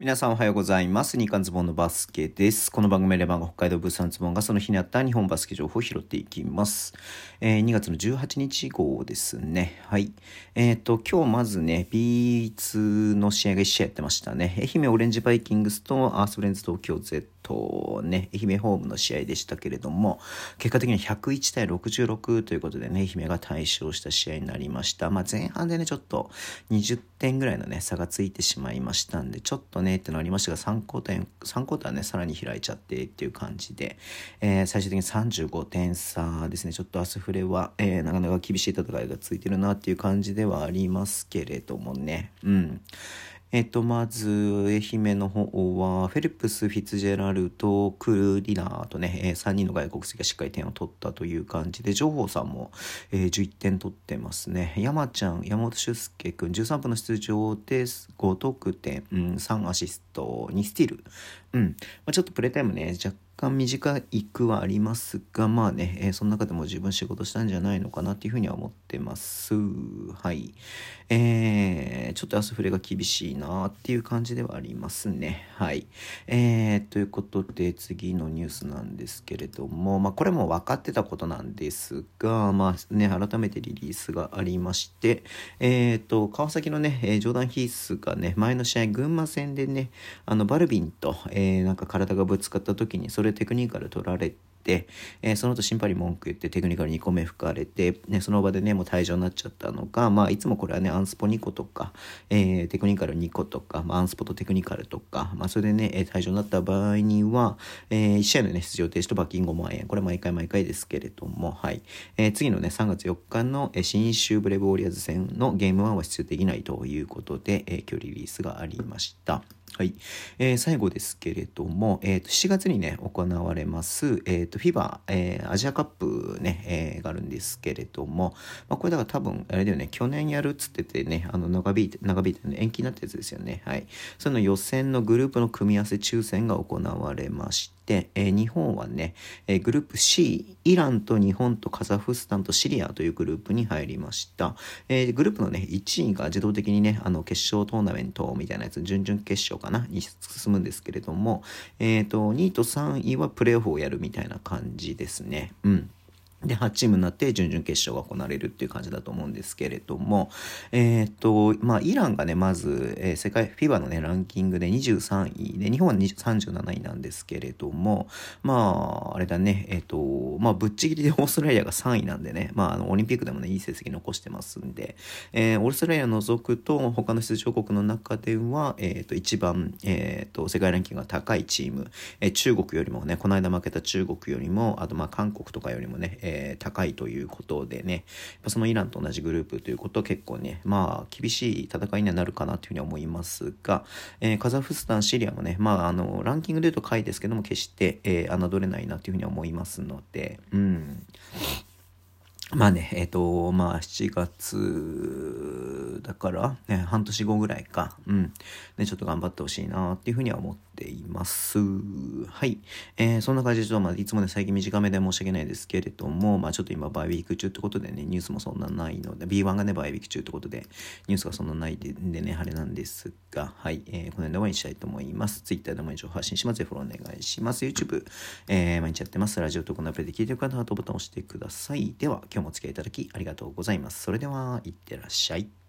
皆さんおはようございます。日刊ズボンのバスケです。この番組レバンが北海道物産ズボンがその日にあった日本バスケ情報を拾っていきます。2月の18日号ですね。はい。今日まずね、B2 の試合が1試合やってましたね。愛媛オレンジバイキングスとアースブレンズ東京 Z ね、愛媛ホームの試合でしたけれども、結果的に101対66ということでね、愛媛が大勝した試合になりました。前半でね、ちょっと20点ぐらいのね、差がついてしまいましたんで、ちょっとね、ってのありましたが、3クォーターね、さらに開いちゃってっていう感じで、最終的に35点差ですね。ちょっとアスフレは、なかなか厳しい戦いがついてるなっていう感じではありますけれどもね。まず、愛媛の方は、フェリップス、フィッツジェラルド、クリナーとね、3人の外国籍がしっかり点を取ったという感じで、情報さんも、11点取ってますね。山本俊介くん、13分の出場で5得点、3アシスト、2スティール。ちょっとプレータイムね、若干短いくはありますが、その中でも十分仕事したんじゃないのかなっていうふうには思ってます。はい。ちょっとアスフレが厳しいなっていう感じではありますね。はい。ということで次のニュースなんですけれども、これも分かってたことなんですが、改めてリリースがありまして、川崎のね、ジョーダン・ヒースがね、前の試合、群馬戦でね、バルビンと、なんか体がぶつかった時に、それテクニカル取られて、その後審判に文句言ってテクニカル2個目吹かれて、その場でねもう退場になっちゃったのが、いつもこれはねアンスポ2個とか、テクニカル2個とか、アンスポとテクニカルとか、それでね退場になった場合には、1試合のね出場停止と罰金5万円、これ毎回ですけれども、はい。次のね3月4日の信州ブレイブウォリアーズ戦のゲーム1は出場できないということで、今日リリースがありました。はい。最後ですけれども、7月にね、行われます、FIBA、アジアカップね、があるんですけれども、これだから多分、あれだよね、去年やるっつっててね、長引いて、ね、延期になったやつですよね。はい。その予選のグループの組み合わせ抽選が行われまして、日本はね、グループ C、イランと日本とカザフスタンとシリアというグループに入りました。グループのね、1位が自動的にね、決勝トーナメントみたいなやつ、準々決勝かなに進むんですけれども、2位と3位はプレーオフをやるみたいな感じですね。で、8チームになって準々決勝が行われるっていう感じだと思うんですけれども、イランがね、まず、世界 FIBA のね、ランキングで23位で、日本は37位なんですけれども、あれだね、ぶっちぎりでオーストラリアが3位なんでね、オリンピックでもね、いい成績残してますんで、オーストラリアを除くと、他の出場国の中では、一番、世界ランキングが高いチーム、中国よりもね、この間負けた中国よりも、あと韓国とかよりもね、高いということでね、そのイランと同じグループということは結構ね、厳しい戦いにはなるかなというふうに思いますが、カザフスタン、シリアもね、ランキングで言うと下位ですけども、決して、侮れないなというふうに思いますので、7月だから、半年後ぐらいか。で、ちょっと頑張ってほしいなっていうふうには思っています。はい。そんな感じで、いつもね、最近短めで申し訳ないですけれども、ちょっと今、バイウィーク中ってことでね、ニュースもそんなないので、B1 がね、バイウィーク中ってことで、ニュースがそんなないでね、あれなんですが、はい。この辺で終わりにしたいと思います。Twitter で毎日発信します。フォローお願いします。YouTube、毎日やってます。ラジオとこのアプリで聞いてる方はハートボタンを押してください。では、今日もお付き合いいただきありがとうございます。それでは、いってらっしゃい。